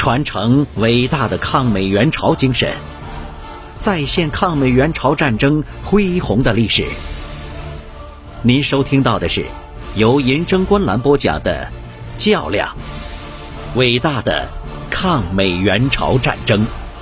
传承伟大的抗美援朝精神，再现抗美援朝战争恢宏的历史。您收听到的是由银征观澜播讲的《较量：伟大的抗美援朝战争》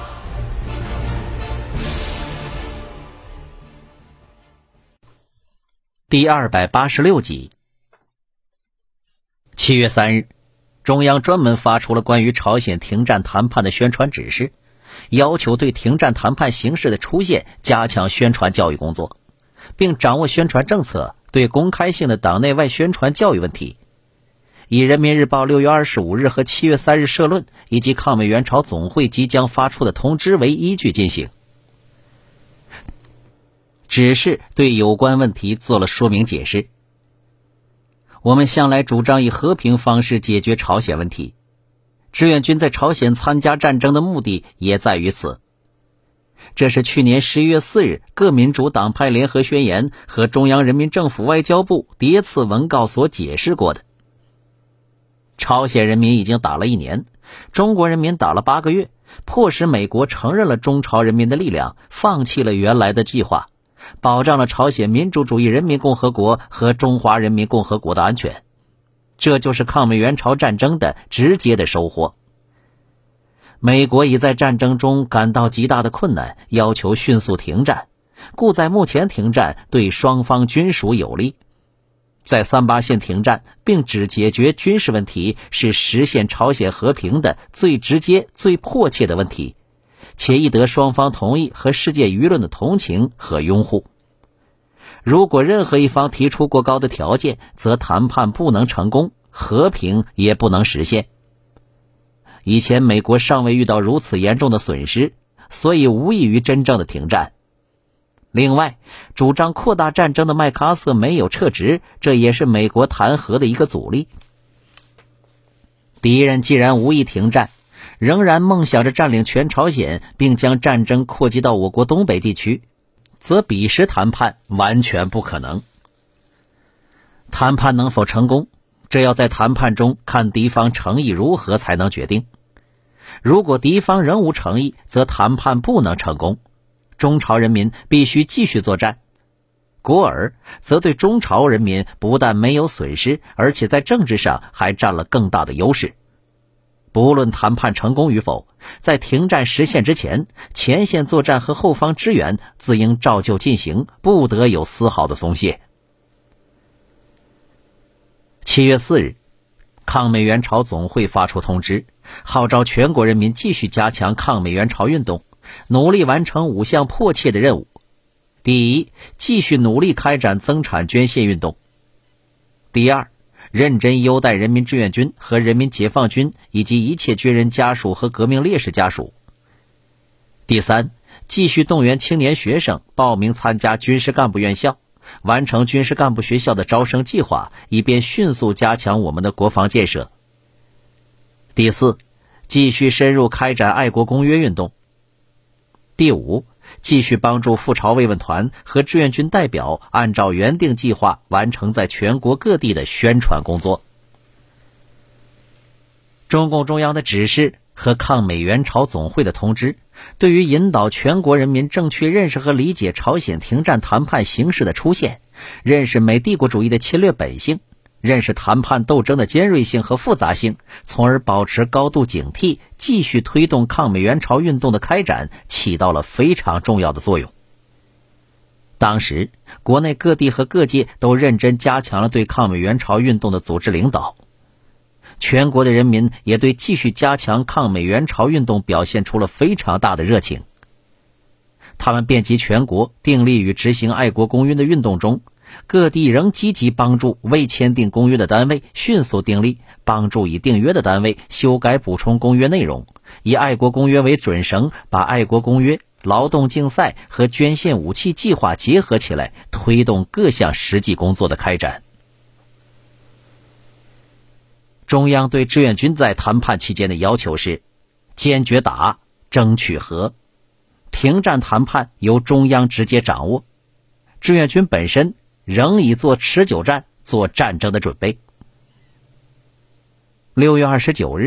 第286集。7月3日，中央专门发出了关于朝鲜停战谈判的宣传指示，要求对停战谈判形势的出现加强宣传教育工作，并掌握宣传政策对公开性的党内外宣传教育问题。以人民日报6月25日和7月3日社论以及抗美援朝总会即将发出的通知为依据进行。指示对有关问题做了说明解释。我们向来主张以和平方式解决朝鲜问题，志愿军在朝鲜参加战争的目的也在于此。这是去年11月4日各民主党派联合宣言和中央人民政府外交部叠次文告所解释过的。朝鲜人民已经打了1年，中国人民打了8个月，迫使美国承认了中朝人民的力量，放弃了原来的计划，保障了朝鲜民主主义人民共和国和中华人民共和国的安全。这就是抗美援朝战争的直接的收获。美国已在战争中感到极大的困难，要求迅速停战，故在目前停战对双方均属有利。在38线停战并只解决军事问题是实现朝鲜和平的最直接最迫切的问题，且易得双方同意和世界舆论的同情和拥护。如果任何一方提出过高的条件，则谈判不能成功，和平也不能实现。以前美国尚未遇到如此严重的损失，所以无异于真正的停战。另外，主张扩大战争的麦克阿瑟没有撤职，这也是美国谈和的一个阻力。敌人既然无意停战，仍然梦想着占领全朝鲜，并将战争扩及到我国东北地区，则彼时谈判完全不可能。谈判能否成功，这要在谈判中看敌方诚意如何才能决定。如果敌方仍无诚意，则谈判不能成功，中朝人民必须继续作战。果尔则对中朝人民不但没有损失，而且在政治上还占了更大的优势。不论谈判成功与否，在停战实现之前，前线作战和后方支援自应照旧进行，不得有丝毫的松懈。7月4日，抗美援朝总会发出通知，号召全国人民继续加强抗美援朝运动，努力完成5项迫切的任务。第一，继续努力开展增产捐献运动。第二，认真优待人民志愿军和人民解放军以及一切军人家属和革命烈士家属。第三，继续动员青年学生报名参加军事干部院校，完成军事干部学校的招生计划，以便迅速加强我们的国防建设。第四，继续深入开展爱国公约运动。第五，继续帮助赴朝慰问团和志愿军代表按照原定计划完成在全国各地的宣传工作。中共中央的指示和抗美援朝总会的通知，对于引导全国人民正确认识和理解朝鲜停战谈判形势的出现，认识美帝国主义的侵略本性，认识谈判斗争的尖锐性和复杂性，从而保持高度警惕，继续推动抗美援朝运动的开展，起到了非常重要的作用。当时，国内各地和各界都认真加强了对抗美援朝运动的组织领导。全国的人民也对继续加强抗美援朝运动表现出了非常大的热情。他们遍及全国，订立与执行爱国公约的运动中，各地仍积极帮助未签订公约的单位迅速订立，帮助已订约的单位修改补充公约内容，以爱国公约为准绳，把爱国公约、劳动竞赛和捐献武器计划结合起来，推动各项实际工作的开展。中央对志愿军在谈判期间的要求是：坚决打，争取和。停战谈判由中央直接掌握，志愿军本身仍以做持久战、做战争的准备。6月29日，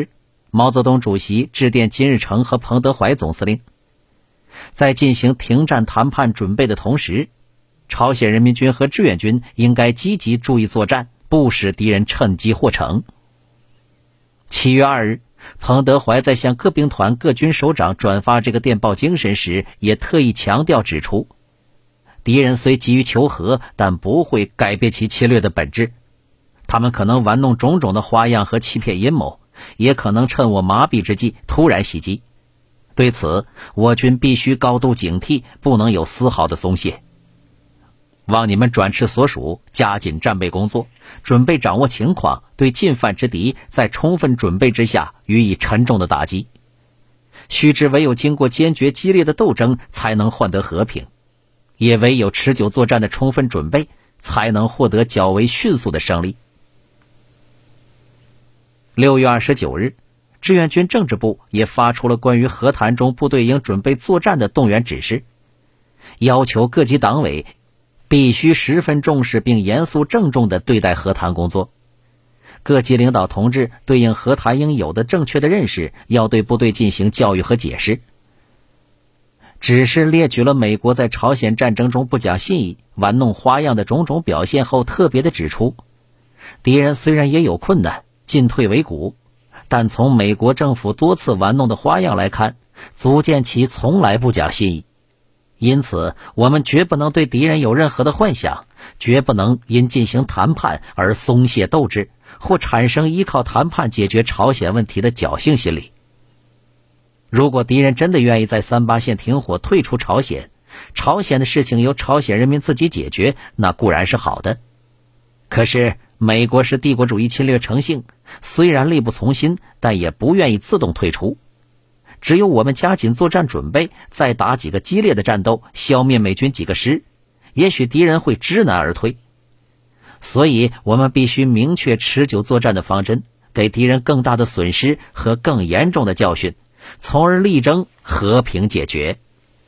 毛泽东主席致电金日成和彭德怀总司令，在进行停战谈判准备的同时，朝鲜人民军和志愿军应该积极注意作战，不使敌人趁机获逞。7月2日，彭德怀在向各兵团各军首长转发这个电报精神时，也特意强调指出，敌人虽急于求和，但不会改变其侵略的本质。他们可能玩弄种种的花样和欺骗阴谋，也可能趁我麻痹之际突然袭击。对此，我军必须高度警惕，不能有丝毫的松懈。望你们转持所属，加紧战备工作，准备掌握情况，对进犯之敌在充分准备之下予以沉重的打击。须知唯有经过坚决激烈的斗争，才能换得和平，也唯有持久作战的充分准备，才能获得较为迅速的胜利。6月29日，志愿军政治部也发出了关于和谈中部队应准备作战的动员指示，要求各级党委必须十分重视并严肃郑重地对待和谈工作。各级领导同志对应和谈应有的正确的认识，要对部队进行教育和解释。指示列举了美国在朝鲜战争中不讲信义、玩弄花样的种种表现后，特别的指出，敌人虽然也有困难，进退维谷，但从美国政府多次玩弄的花样来看，足见其从来不讲信义。因此，我们绝不能对敌人有任何的幻想，绝不能因进行谈判而松懈斗志，或产生依靠谈判解决朝鲜问题的侥幸心理。如果敌人真的愿意在38线停火退出朝鲜，朝鲜的事情由朝鲜人民自己解决，那固然是好的。可是美国是帝国主义侵略成性，虽然力不从心，但也不愿意自动退出。只有我们加紧作战准备，再打几个激烈的战斗，消灭美军几个师，也许敌人会知难而退。所以我们必须明确持久作战的方针，给敌人更大的损失和更严重的教训，从而力争和平解决。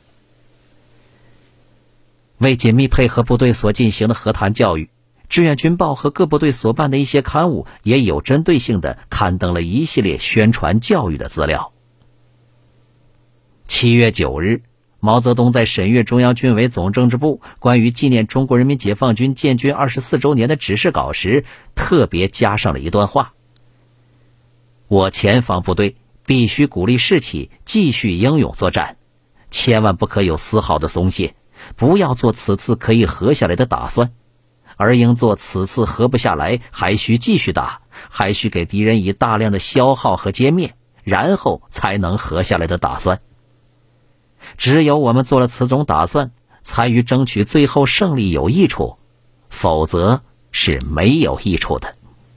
为紧密配合部队所进行的和谈教育，志愿军报和各部队所办的一些刊物也有针对性地刊登了一系列宣传教育的资料。7月9日，毛泽东在审阅中央军委总政治部关于纪念中国人民解放军建军24周年的指示稿时，特别加上了一段话：我前方部队必须鼓励士气，继续英勇作战，千万不可有丝毫的松懈，不要做此次可以和下来的打算，而应做此次和不下来还需继续打，还需给敌人以大量的消耗和歼灭，然后才能和下来的打算。只有我们做了此种打算，才与争取最后胜利有益处，否则是没有益处的。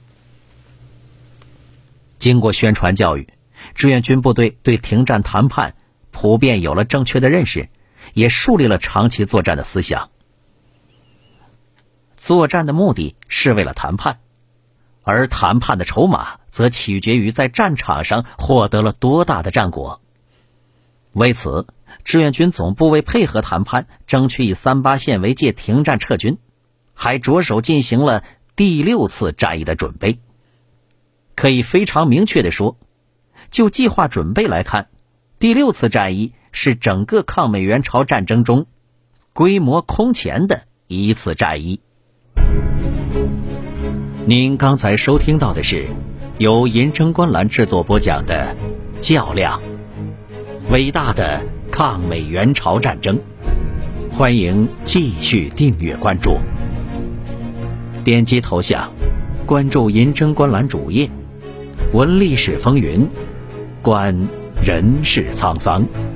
经过宣传教育，志愿军部队对停战谈判普遍有了正确的认识，也树立了长期作战的思想。作战的目的是为了谈判，而谈判的筹码则取决于在战场上获得了多大的战果。为此，志愿军总部为配合谈判，争取以38线为界停战撤军，还着手进行了第6次战役的准备。可以非常明确地说，就计划准备来看，第6次战役是整个抗美援朝战争中规模空前的一次战役。您刚才收听到的是由银城观澜制作播讲的《较量：伟大的抗美援朝战争》，欢迎继续订阅关注，点击头像关注银城观澜主页，闻历史风云，观人世沧桑。